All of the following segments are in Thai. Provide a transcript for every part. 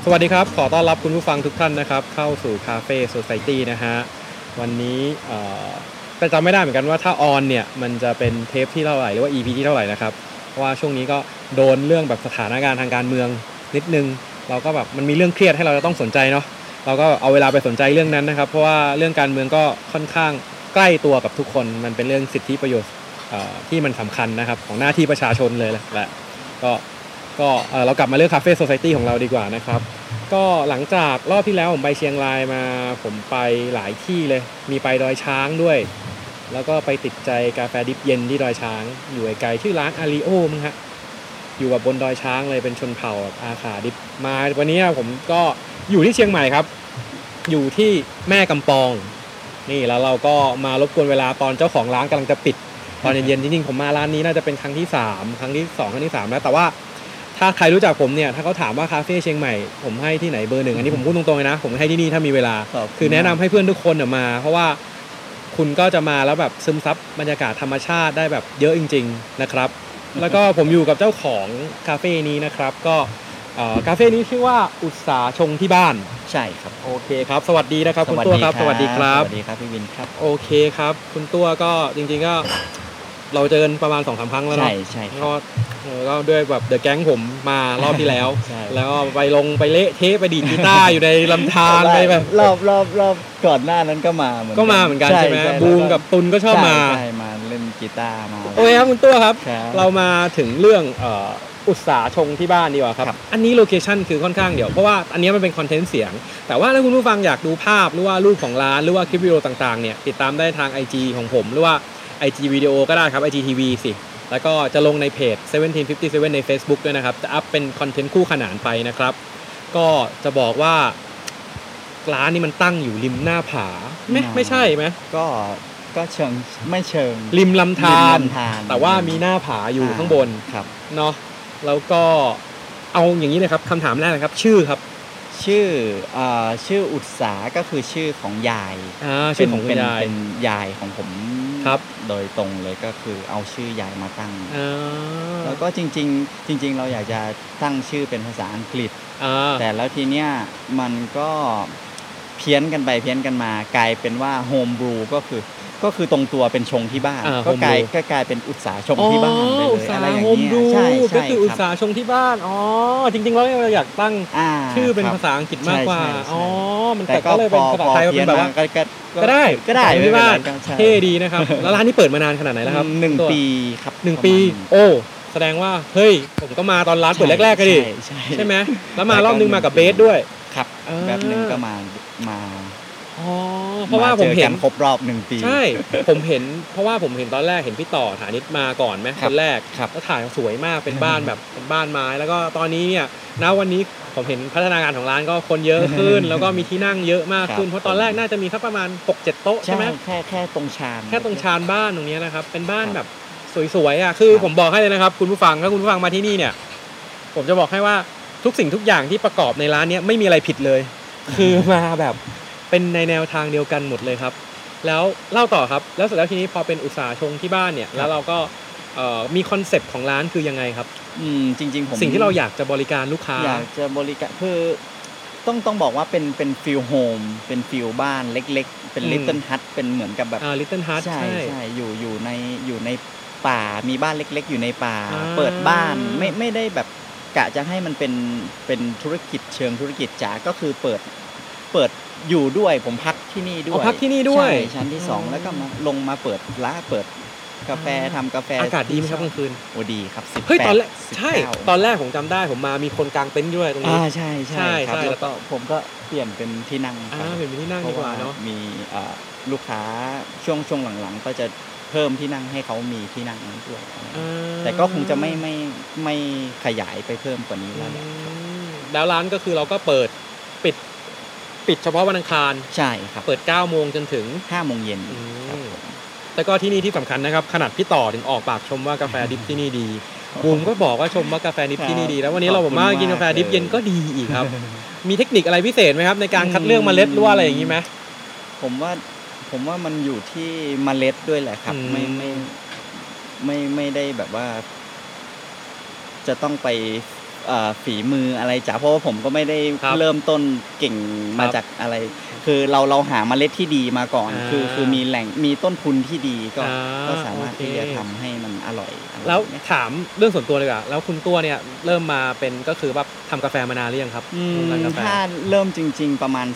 สวัสดีครับขอต้อนรับคุณผู้ฟังทุกท่านนะครับเข้าสู่คาเฟ่โซไซตี้นะฮะวันนี้แต่จำไม่ได้เหมือนกันว่าถ้าออนเนี่ยมันจะเป็นเทปที่เท่าไหร่หรือว่า EP ที่เท่าไหร่นะครับเพราะว่าช่วงนี้ก็โดนเรื่องแบบสถานการณ์ทางการเมืองนิดนึงเราก็แบบมันมีเรื่องเครียดให้เราจะต้องสนใจเนาะเราก็เอาเวลาไปสนใจเรื่องนั้นนะครับเพราะว่าเรื่องการเมืองก็ค่อนข้างใกล้ตัวกับทุกคนมันเป็นเรื่องสิทธิประโยชน์ที่มันสำคัญนะครับของหน้าที่ประชาชนเลยแหละก็เรากลับมาเรื่องคาเฟ่โซไซตี้ของเราดีกว่านะครับก็หลังจากรอบที่แล้วผมไปเชียงรายมาผมไปหลายที่เลยมีไปดอยช้างด้วยแล้วก็ไปติดใจกาแฟดิบเย็นที่ดอยช้างอยู่ไกลๆชื่อร้านอาริโอมั้งฮะอยู่แบบบนดอยช้างเลยเป็นชนเผ่าแบบอาขาดิบมาวันนี้ผมก็อยู่ที่เชียงใหม่ครับอยู่ที่แม่กำปองนี่แล้วเราก็มารบกวนเวลาตอนเจ้าของร้านกำลังจะปิดตอนเย็นๆจริงๆผมมาร้านนี้น่าจะเป็นครั้งที่3ครั้งที่2ครั้งที่3แล้วแต่ว่าถ้าใครรู้จักผมเนี่ยถ้าเขาถามว่าคาเฟ่เชียงใหม่ผมให้ที่ไหนเบอร์1อันนี้ผมพูดตรงๆเลยนะผมให้ที่นี่ถ้ามีเวลาคือแนะนำให้เพื่อนทุกคนมาเพราะว่าคุณก็จะมาแล้วแบบซึมซับบรรยากาศธรรมชาติได้แบบเยอะจริงๆนะครับแล้วก็ผมอยู่กับเจ้าของคาเฟ่นี้นะครับก็คาเฟ่นี้ชื่อว่าอุตสาชงที่บ้านใช่ครับโอเคครับสวัสดีนะครับคุณตัวครับสวัสดีครับสวัสดีครับพี่วินครับโอเคครับคุณตัวก็จริงๆก็เราเจอกันประมาณ 2-3 ครั้งแล้วเนาะใช่ก็ด้วยแบบเดอะแก๊งผมมารอบที่แล้วแล้วก็ไปเละเทะไปดีดกีตาร์อยู่ในลำธารไปแบบรอบก่อนหน้านั้นก็มาเหมือนกันใช่ไหมบูมกับตุลก็ชอบมาใช่มาเล่นกีตาร์มาโอเคครับคุณตัวครับเรามาถึงเรื่องอุตสาชงที่บ้านดีกว่าครับอันนี้โลเคชั่นคือค่อนข้างเดี๋ยวเพราะว่าอันนี้มันเป็นคอนเทนต์เสียงแต่ว่าถ้าคุณผู้ฟังอยากดูภาพหรือว่ารูปของร้านหรือว่าคลิปวิดีโอต่างๆเนี่ยติดตามได้ทาง IG ของผมหรือว่า IG วิดีโอก็ได้ครับ IG TV สิแล้วก็จะลงในเพจ1757ใน Facebook ด้วยนะครับจะอัพเป็นคอนเทนต์คู่ขนานไปนะครับก็จะบอกว่าร้านนี้มันตั้งอยู่ริมหน้าผาไม่ใช่ไหมก็เชิงไม่เชิงริมลำธารแต่ว่ามีหน้าผาอยู่ข้างบนครับเนาะแล้วก็เอาอย่างนี้เลยครับคำถามแรกเลยครับชื่อครับชื่ออุตสาก็คือชื่อของยายชื่อของคุณยายเป็นยายของผมครับโดยตรงเลยก็คือเอาชื่อยายมาตั้งแล้วก็จริงเราอยากจะตั้งชื่อเป็นภาษาอังกฤษแต่แล้วทีเนี้ยมันก็เพี้ยนกันไปเพี้ยนกันมากลายเป็นว่าโฮมบรูก็คือตรงตัวเป็นชงที่บ้านก็กลายเป็นอุตสาชงที่บ้านไปเลยอะไรอย่างเงี้ยใช่ก็คืออุตสาชงที่บ้านจริงๆแล้วเราอยากตั้งชื่อเป็นภาษาอังกฤษมากกว่ามันแต่ก็เลยเป็นภาษาไทยเป็นแบบว่าก็ได้ที่บ้านเท่ดีนะครับแล้วร้านนี้เปิดมานานขนาดไหนแล้วครับ 1 ปีครับ 1 ปีโอ้แสดงว่าเฮ้ยผมก็มาตอนร้านเปิดแรกๆก็ดิใช่ไหมแล้วมารอบนึงมากับเบสด้วยครับแบบนึงก็มาเพราะว่าผมเห็นครบรอบ1 ปีใช่ผมเห็นเพราะว่าผมเห็นตอนแรกเห็นพี่ต่อฐานิชมาก่อนไหมคนแรกแล้วถ่ายสวยมากเป็นบ้านแบบเป็นบ้านไม้แล้วก็ตอนนี้เนี่ยณวันนี้ผมเห็นพัฒนาการของร้านก็คนเยอะขึ้นแล้วก็มีที่นั่งเยอะมากขึ้นเพราะตอนแรกน่าจะมีสักประมาณ 6-7 โต๊ะใช่ไหมแค่ตรงชานบ้านตรงนี้นะครับเป็นบ้านแบบสวยๆอ่ะคือผมบอกให้เลยนะครับคุณผู้ฟังถ้าคุณผู้ฟังมาที่นี่เนี่ยผมจะบอกให้ว่าทุกสิ่งทุกอย่างที่ประกอบในร้านนี้ไม่มีอะไรผิดเลยคือมาแบบเป็นในแนวทางเดียวกันหมดเลยครับแล้วเล่าต่อครับแล้วเสร็จแล้วทีนี้พอเป็นอุตสาชงที่บ้านเนี่ยแล้วเราก็มีคอนเซ็ปต์ของร้านคือยังไงครับจริงๆผมสิ่งที่เราอยากจะบริการลูกค้าอยากจะบริการคือต้องบอกว่าเป็นฟีลโฮมเป็นฟีลบ้านเล็กๆเป็น Little Hut เป็นเหมือนกับแบบ Little Hut ใช่อยู่ในป่ามีบ้านเล็กๆอยู่ในป่าเปิดบ้านไม่ได้แบบกะจะให้มันเป็นธุรกิจเชิงธุรกิจจ๋าก็คือเปิดอยู่ด้วยผมพักที่นี่ด้วยพักที่นี่ด้วยชั้นที่2แล้วก็มาลงมาเปิดร้านเปิดกาแฟทำกาแฟอากาศดีมั้ยครับกลางคืนโอ้ดีครับเฮ้ยตอนแรกใช่ตอนแรกผมจำได้ผมมามีคนกางเต็นท์ด้วยตรงนี้ใช่ครับแล้วก็ผมก็เปลี่ยนเป็นที่นั่งเปลี่ยนเป็นที่นั่งดีกว่าเนาะมีลูกค้าช่วงหลังๆก็จะเพิ่มที่นั่งให้เขามีที่นั่งด้วยแต่ก็คงจะไม่ขยายไปเพิ่มกว่านี้แล้วร้านก็คือเราก็เปิดปิดเฉพาะวันอังคารใช่ครับเปิด 9 โมงจนถึง 5 โมงเย็นครับแต่ก็ที่นี่ที่สำคัญนะครับขนาดพี่ต่อถึงออกปากชมว่ากาแฟดิบที่นี่ดีบูมก็บอกว่าชมว่ากาแฟดิบที่นี่ดีแล้ววันนี้เราบอกว่ากินกาแฟดิบเย็นก็ดีอีกครับมีเทคนิคอะไรพิเศษไหมครับในการคัดเลือกเมล็ดหรือว่าอะไรอย่างนี้ไหมผมว่ามันอยู่ที่เมล็ดด้วยแหละครับไม่ได้แบบว่าจะต้องไปฝีมืออะไรจ๋าเพราะว่าผมก็ไม่ได้เริ่มต้นเก่งมาจากอะไรคือเราหาเมล็ดที่ดีมาก่อนคือมีแหล่งมีต้นทุนที่ดีก็สามารถที่จะทำให้มันอร่อยแล้วถามเรื่องส่วนตัวเลยอ่ะแล้วคุณตัวเนี่ยเริ่มมาเป็นก็คือแบบทำกาแฟมานานหรือยังครับถ้าเริ่มจริงๆประมาณ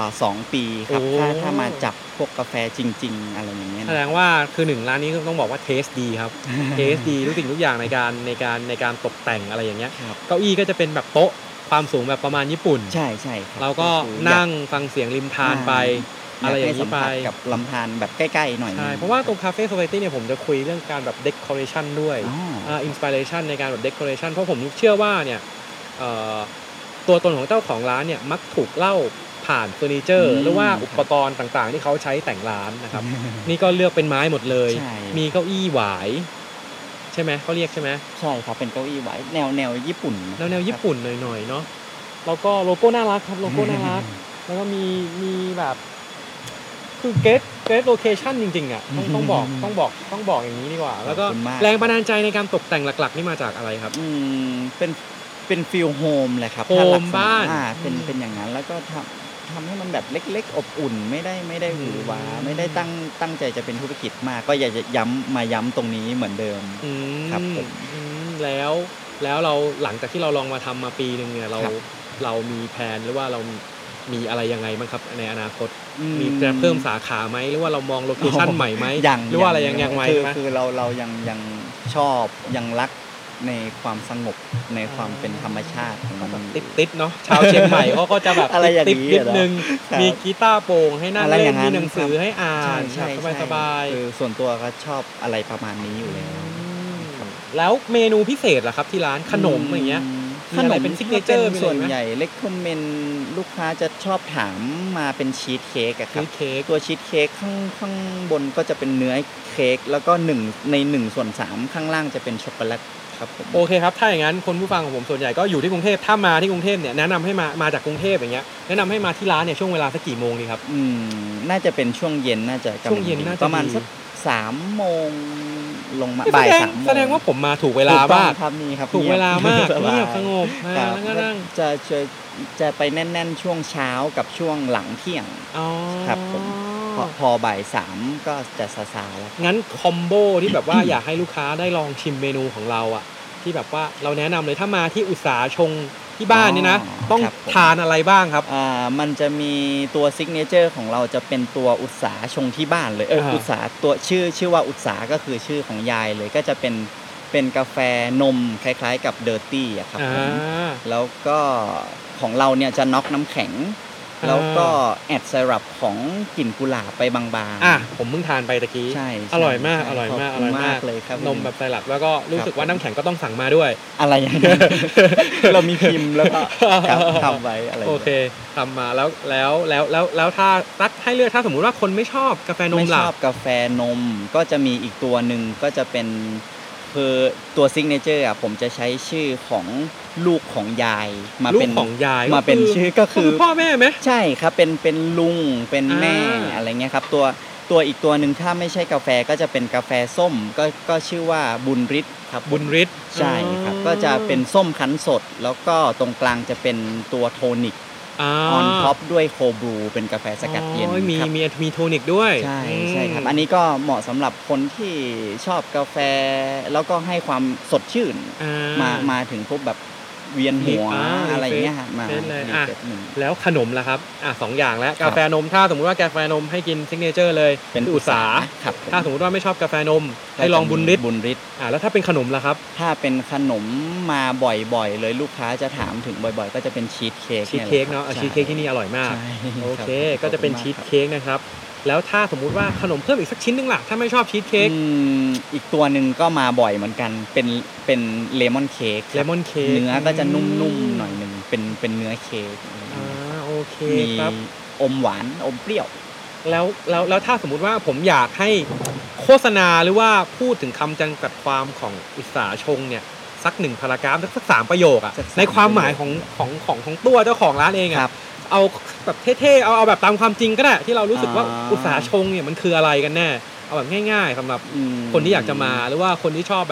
2 ปีครับถ้ามาจับพวกกาแฟจริงๆอะไรอย่างเงี้ยแสดงว่าคือ1ร้านนี้ต้องบอกว่าเทสดีครับเทสดีทุกสิ่งทุกอย่างในการตกแต่งอะไรอย่างเงี้ยเก้าอี้ก็จะเป็นแบบโต๊ะความสูงแบบประมาณญี่ปุ่นใช่ๆครับเราก็นั่งฟังเสียงริมทานไปอะไรอย่างนี้ไปกับลำธารแบบใกล้ๆหน่อยใช่เพราะว่าตรงคาเฟ่โซไซตี้เนี่ยผมจะคุยเรื่องการแบบเดคอเรชันด้วยอินสปิเรชันในการแบบเดคอเรชันเพราะผมเชื่อว่าเนี่ยตัวตนของเจ้าของร้านเนี่ยมักถูกเล่าผ่านเฟอร์นิเจอร์หรือว่าอุปกรณ์ต่างๆที่เขาใช้แต่งร้านนะครับนี่ก็เลือกเป็นไม้หมดเลยมีเก้าอี้หวายใช่ไหมเขาเรียกใช่ไหมใช่ครับเป็นเก้าอี้หวายแนวญี่ปุ่นแนวญี่ปุ่นหน่อยๆเนาะแล้วก็โลโก้น่ารักครับโลโก้น่ารักแล้วก็มีแบบคือเกตโลเคชั่นจริงๆอ่ะต้องบอกอย่างนี้ดีกว่าแล้วก็แรงบันดาลใจในการตกแต่งหลักๆนี่มาจากอะไรครับเป็นฟีลโฮมแหละครับโฮมบ้านเป็นอย่างนั้นแล้วก็ทำให้มันแบบเล็กๆอบอุ่นไม่ได้หวือหวาไม่ได้ตั้งใจจะเป็นธุรกิจมากก็อยากจะย้ำตรงนี้เหมือนเดิมครับผมแล้วเราหลังจากที่เราลองมาทำมาปีนึงเนี่ยเรามีแผนหรือว่าเรามีอะไรยังไงบ้างครับในอนาคตมีจะเพิ่มสาขาไหมหรือว่าเรามองโลเคชั่นใหม่ไหมหรือว่าอะไรยังไงคือเรายังชอบยังรักในความสงบในความเป็นธรรมชาติของมันติดเนาะชาวเชียงใหม่เขาก็จะแบบติดนิดนึงมีกีตาร์โปร่งให้นั่งเล่นมีหนังสือให้อ่านสบายๆคือส่วนตัวก็ชอบอะไรประมาณนี้อยู่แล้วเมนูพิเศษล่ะครับที่ร้านขนมอย่างเงี้ยขนมเป็นซิกเนเจอร์ส่วนใหญ่เล็กคอมเมนต์ลูกค้าจะชอบถามมาเป็นชีสเค้กอะครับตัวชีสเค้กข้างบนก็จะเป็นเนื้อเค้กแล้วก็1 ใน 1/3ข้างล่างจะเป็นช็อกโกแลตครับผมโอเคครับถ้าอย่างนั้นคนผู้ฟังของผมส่วนใหญ่ก็อยู่ที่กรุงเทพถ้ามาที่กรุงเทพเนี่ยแนะนำให้มาจากกรุงเทพอย่างเงี้ยแนะนำให้มาที่ร้านเนี่ยช่วงเวลาสักกี่โมงดีครับน่าจะเป็นช่วงเย็นน่าจะช่วงเย็นน่าจะประมาณสัก3 โมงลงมาบ่าย3 โมงแสดงว่าผมมาถูกเวลามากครับนี่ครับถูกเวลามากเงียบสงบแล้วก็นั่งจะไปแน่นๆช่วงเช้ากับช่วงหลังเที่ยงครับผมพอบ่าย3ก็จะซาๆแล้วงั้นคอมโบที่แบบว่าอยากให้ลูกค้าได้ลองชิมเมนูของเราอ่ะที่แบบว่าเราแนะนำเลยถ้ามาที่อุตสาชงที่บ้านนี่นะต้องทานอะไรบ้างครับมันจะมีตัวซิกเนเจอร์ของเราจะเป็นตัวอุตสาชงที่บ้านเลยอุตสาตัวชื่อว่าอุตสาก็คือชื่อของยายเลยก็จะเป็นกาแฟนมคล้ายๆกับเดอร์ตี้อะครับผมแล้วก็ของเราเนี่ยจะน็อกน้ำแข็งแล้วก็แอดไซรัปของกลิ่นกุหลาบไปบางๆผมเพิ่งทานไปตะกี้อร่อยมากอร่อยมากเลยครับนมแบบไซรัปแล้วก็รู้สึกว่าน้ำแข็งก็ต้องสั่งมาด้วยอะไรอย่างเงี้ยเรามีพิมพ์แล้วก็ทำไว้อะไรโอเคทำมาแล้วถ้าตักให้เลือกถ้าสมมุติว่าคนไม่ชอบกาแฟนมไม่ชอบกาแฟนมก็จะมีอีกตัวนึงก็จะเป็นคือตัวซิกเนเจอร์ผมจะใช้ชื่อของลูกของยายมาเป็นของยายมาเป็นชื่อก็คือพ่อแม่ไหมใช่ครับเป็นลุงเป็นแม่อะไรเงี้ยครับตัวอีกตัวหนึ่งถ้าไม่ใช่กาแฟก็จะเป็นกาแฟส้มก็ชื่อว่าบุญฤทธิ์ครับบุญฤทธิ์ใช่ครับก็จะเป็นส้มคั้นสดแล้วก็ตรงกลางจะเป็นตัวโทนิกออนท็อปด้วยโคบรูเป็นกาแฟสกัดเย็นครับมีโทนิกด้วยใช่ครับอันนี้ก็เหมาะสำหรับคนที่ชอบกาแฟแล้วก็ให้ความสดชื่นมาถึงปุ๊บแบบเวียนหัวอะไรเงี้ยมาแล้วขนมล่ะครับ2อย่างแล้วกาแฟนมถ้าสมมุติว่ากาแฟนมให้กินซิกเนเจอร์เลยเป็นอุตสาถ้าสมมุติว่าไม่ชอบกาแฟนมให้ลองบุญฤทธิ์แล้วถ้าเป็นขนมล่ะครับถ้าเป็นขนมมาบ่อยๆเลยลูกค้าจะถามถึงบ่อยๆก็จะเป็นชีสเค้กเนาะชีสเค้กที่นี่อร่อยมากโอเคก็จะเป็นชีสเค้กนะครับแล้วถ้าสมมุติว่าขนมเพิ่มอีกสักชิ้นนึงล่ะถ้าไม่ชอบชีสเค้กอีกตัวนึงก็มาบ่อยเหมือนกันเป็นเลมอนเค้กเนื้อก็จะนุ่มๆหน่อยนึงเป็นเนื้อเค้กโอเคครับอมหวานอมเปรี้ยวแล้วถ้าสมมุติว่าผมอยากให้โฆษณาหรือว่าพูดถึงคำจำกัดความของอุตสาชงเนี่ยสัก1พารากราฟสัก3ประโยคในความหมายของตัวเจ้าของร้านเองเอาแบบเท่ๆเอาแบบตามความจริงก็ได้ที่เรารู้สึกว่าอุตสาชงเนี่ยมันคืออะไรกันแน่เอาแบบง่ายๆสำหรับคนที่อยากจะมาหรือว่าคนที่ชอบแบบ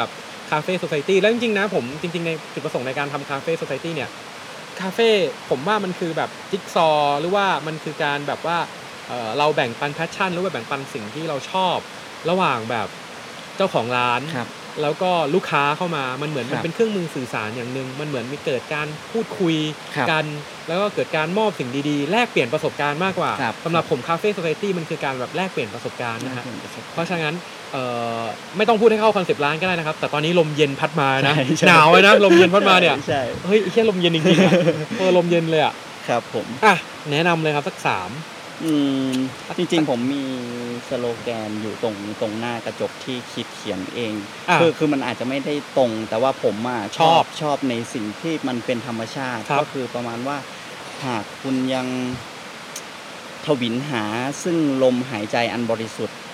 คาเฟ่โซซายตี้แล้วจริงๆนะผมจริงๆในจุดประสงค์ในการทำคาเฟ่โซซายตี้เนี่ยคาเฟ่ผมว่ามันคือแบบจิ๊กซอหรือว่ามันคือการแบบว่าเราแบ่งปันแพชชั่นหรือว่าแบ่งปันสิ่งที่เราชอบระหว่างแบบเจ้าของร้านแล้วก็ลูกค้าเข้ามามันเหมือนมันเป็นเครื่องมือสื่อสารอย่างนึงมันเหมือนมีเกิดการพูดคุยกันแล้วก็เกิดการมอบสิ่งดีๆแลกเปลี่ยนประสบการณ์มากกว่าสำหรับผมคาเฟ่โซซายตี้มันคือการแบบแลกเปลี่ยนประสบการณ์นะฮะเพราะฉะนั้นไม่ต้องพูดให้เข้าคอนเซปต์ร้านก็ได้นะครับแต่ตอนนี้ลมเย็นพัดมานะหนาวเลยนะลมเย็นพัดมาเนี่ยเฮ้ยแค่ลมเย็นจริงๆลมเย็นเลยอ่ะครับผมแนะนำเลยครับสัก3 จริงๆผมมีสโลแกนอยู่ตรงหน้ากระจกที่คิดเขียนเองคือมันอาจจะไม่ได้ตรงแต่ว่าผมชอบในสิ่งที่มันเป็นธรรมชาติก็คือประมาณว่าหากคุณยังทวินหาซึ่งลมหายใจอันบริสุทธิ์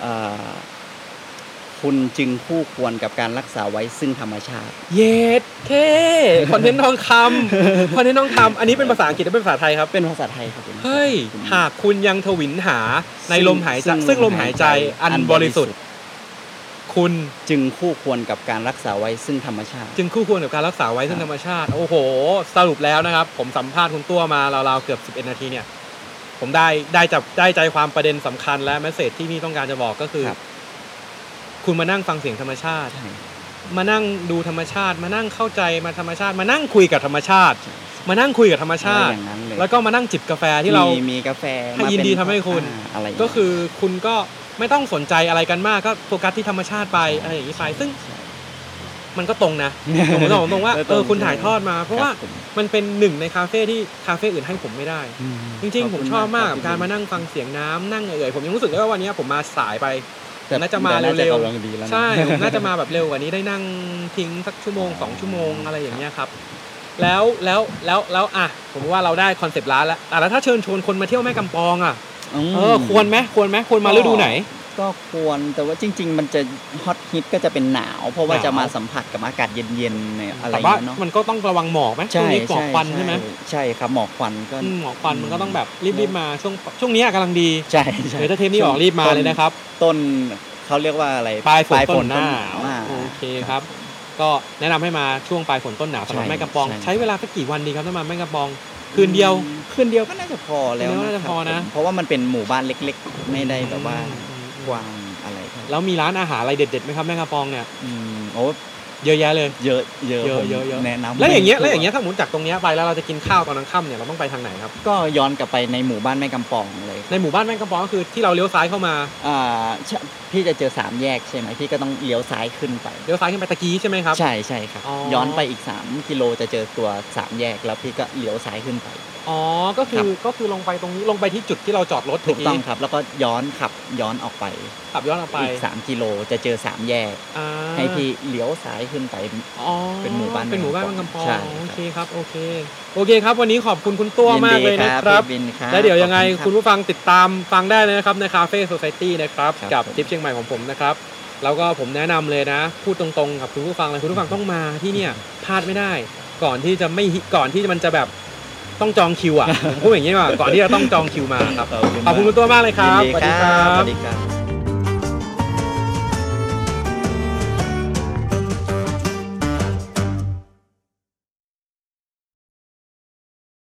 คุณจึงคู่ควรกับการรักษาไว้ซึ่งธรรมชาติเย็ดเคคอนเทนต์ทองคำคอนเทนต์ทองคำอันนี้เป็นภาษาอังกฤษหรือเป็นภาษาไทยครับเป็นภาษาไทยครับเฮ้ยหากคุณยังทวินหาในลมหายใจซึ่งลมหายใจอันบริสุทธิ์คุณจึงคู่ควรกับการรักษาไว้ซึ่งธรรมชาติจึงคู่ควรกับการรักษาไว้ซึ่งธรรมชาติโอ้โหสรุปแล้วนะครับผมสัมภาษณ์คุณตัวมาราวๆเกือบ11นาทีเนี่ยผมได้ใจความประเด็นสำคัญและเมสเสจที่พี่ต้องการจะบอกก็คือคุณมานั่งฟังเสียงธรรมชาติมานั่งดูธรรมชาติมานั่งเข้าใจมาธรรมชาติมานั่งคุยกับธรรมชาติมานั่งคุยกับธรรมชาติแล้วก็มานั่งจิบกาแฟที่เรามีกาแฟให้ยินดีทำให้คุณก็คือคุณก็ไม่ต้องสนใจอะไรกันมากก็โฟกัสที่ธรรมชาติไปอะไรอย่างนี้ไปซึ่งมันก็ตรงนะผมบอกตรงว่าคุณถ่ายทอดมาเพราะว่ามันเป็นหนึ่งในคาเฟ่ที่คาเฟ่อื่นให้ผมไม่ได้จริงๆผมชอบมากกับการมานั่งฟังเสียงน้ำนั่งผมยังรู้สึกได้ว่าวันนี้ผมมาสายไปน่าจะมาเร็วๆใช่น่าจะมาแบบเร็วกว่านี้ได้นั่งทิ้งสักชั่วโมง2ชั่วโมงอะไรอย่างเงี้ยครับแล้วผมว่าเราได้คอนเซปต์ร้านแล้วแล้วถ้าเชิญชวนคนมาเที่ยวแม่กำปองควรไหมควรมาฤดูไหนก็ควรแต่ว่าจริงๆมันจะฮอตฮิตก็จะเป็นหนาวเพราะว่าจะมาสัมผัสกับอากาศเย็นๆเนี่ยอะไรเนาะมันก็ต้องระวังหมอกไหมช่วงนี้หมอกควันใช่ไหมใช่ครับหมอกควันก็หมอกควันมันก็ต้องแบบรีบมาช่วงนี้กำลังดีใช่เดี๋ยวถ้าเทปนี้ออกรีบมาเลยนะครับต้นเขาเรียกว่าอะไรปลายฝนต้นหนาวโอเคครับก็แนะนำให้มาช่วงปลายฝนต้นหนาวสำหรับแม่กำปองใช้เวลาสักกี่วันดีครับถ้ามาแม่กำปองคืนเดียวก็น่าจะพอแล้วน่าจะพอนะเพราะว่ามันเป็นหมู่บ้านเล็กๆไม่ได้แบบว่ากว้างอะไรแล้วมีร้านอาหารอะไรเด็ดๆไหมครับแม่กำปองเนี่ยโอ้เยอะแยะเลยเยอะแนะนำแล้วอย่างเงี้ยถ้าหมุนจากตรงเนี้ยไปแล้วเราจะกินข้าวตอนกลางค่ำเนี่ยเราต้องไปทางไหนครับก็ย้อนกลับไปในหมู่บ้านแม่กำปองเลยในหมู่บ้านแม่กำปองก็คือที่เราเลี้ยวซ้ายเข้ามาพี่จะเจอ3แยกใช่ไหมพี่ก็ต้องเลี้ยวซ้ายขึ้นไปตะกี้ใช่ไหมครับใช่ครับย้อนไปอีก3กิโลจะเจอตัว3แยกแล้วพี่ก็เลี้ยวซ้ายขึ้นไปก็คือลงไปตรงนี้ลงไปที่จุดที่เราจอดรถถูกต้องครับแล้วก็ขับย้อนออกไปอีก3กิโลจะเจอ3แยกให้พี่เลี้ยวซ้ายขึ้นไปเป็นหมู่บ้านกำปองโอเคครับโอเคครับวันนี้ขอบคุณคุณตัวมากเลยนะครับและเดี๋ยวยังไงคุณผู้ฟังติดตามฟังได้เลยนะครับในคาเฟ่โซซายตี้นะครับกับทริปเชียงใหม่ของผมนะครับแล้วก็ผมแนะนำเลยนะพูดตรงๆกับคุณผู้ฟังเลยคุณผู้ฟังต้องมาที่เนี่ยพลาดไม่ได้ก่อนที่มันจะแบบต้องจองคิวผมพูดอย่างนี้ว่าก่อนที่จะต้องจองคิวมาครับขอบคุณคุณตัวมากเลยครับสวัสดีครับ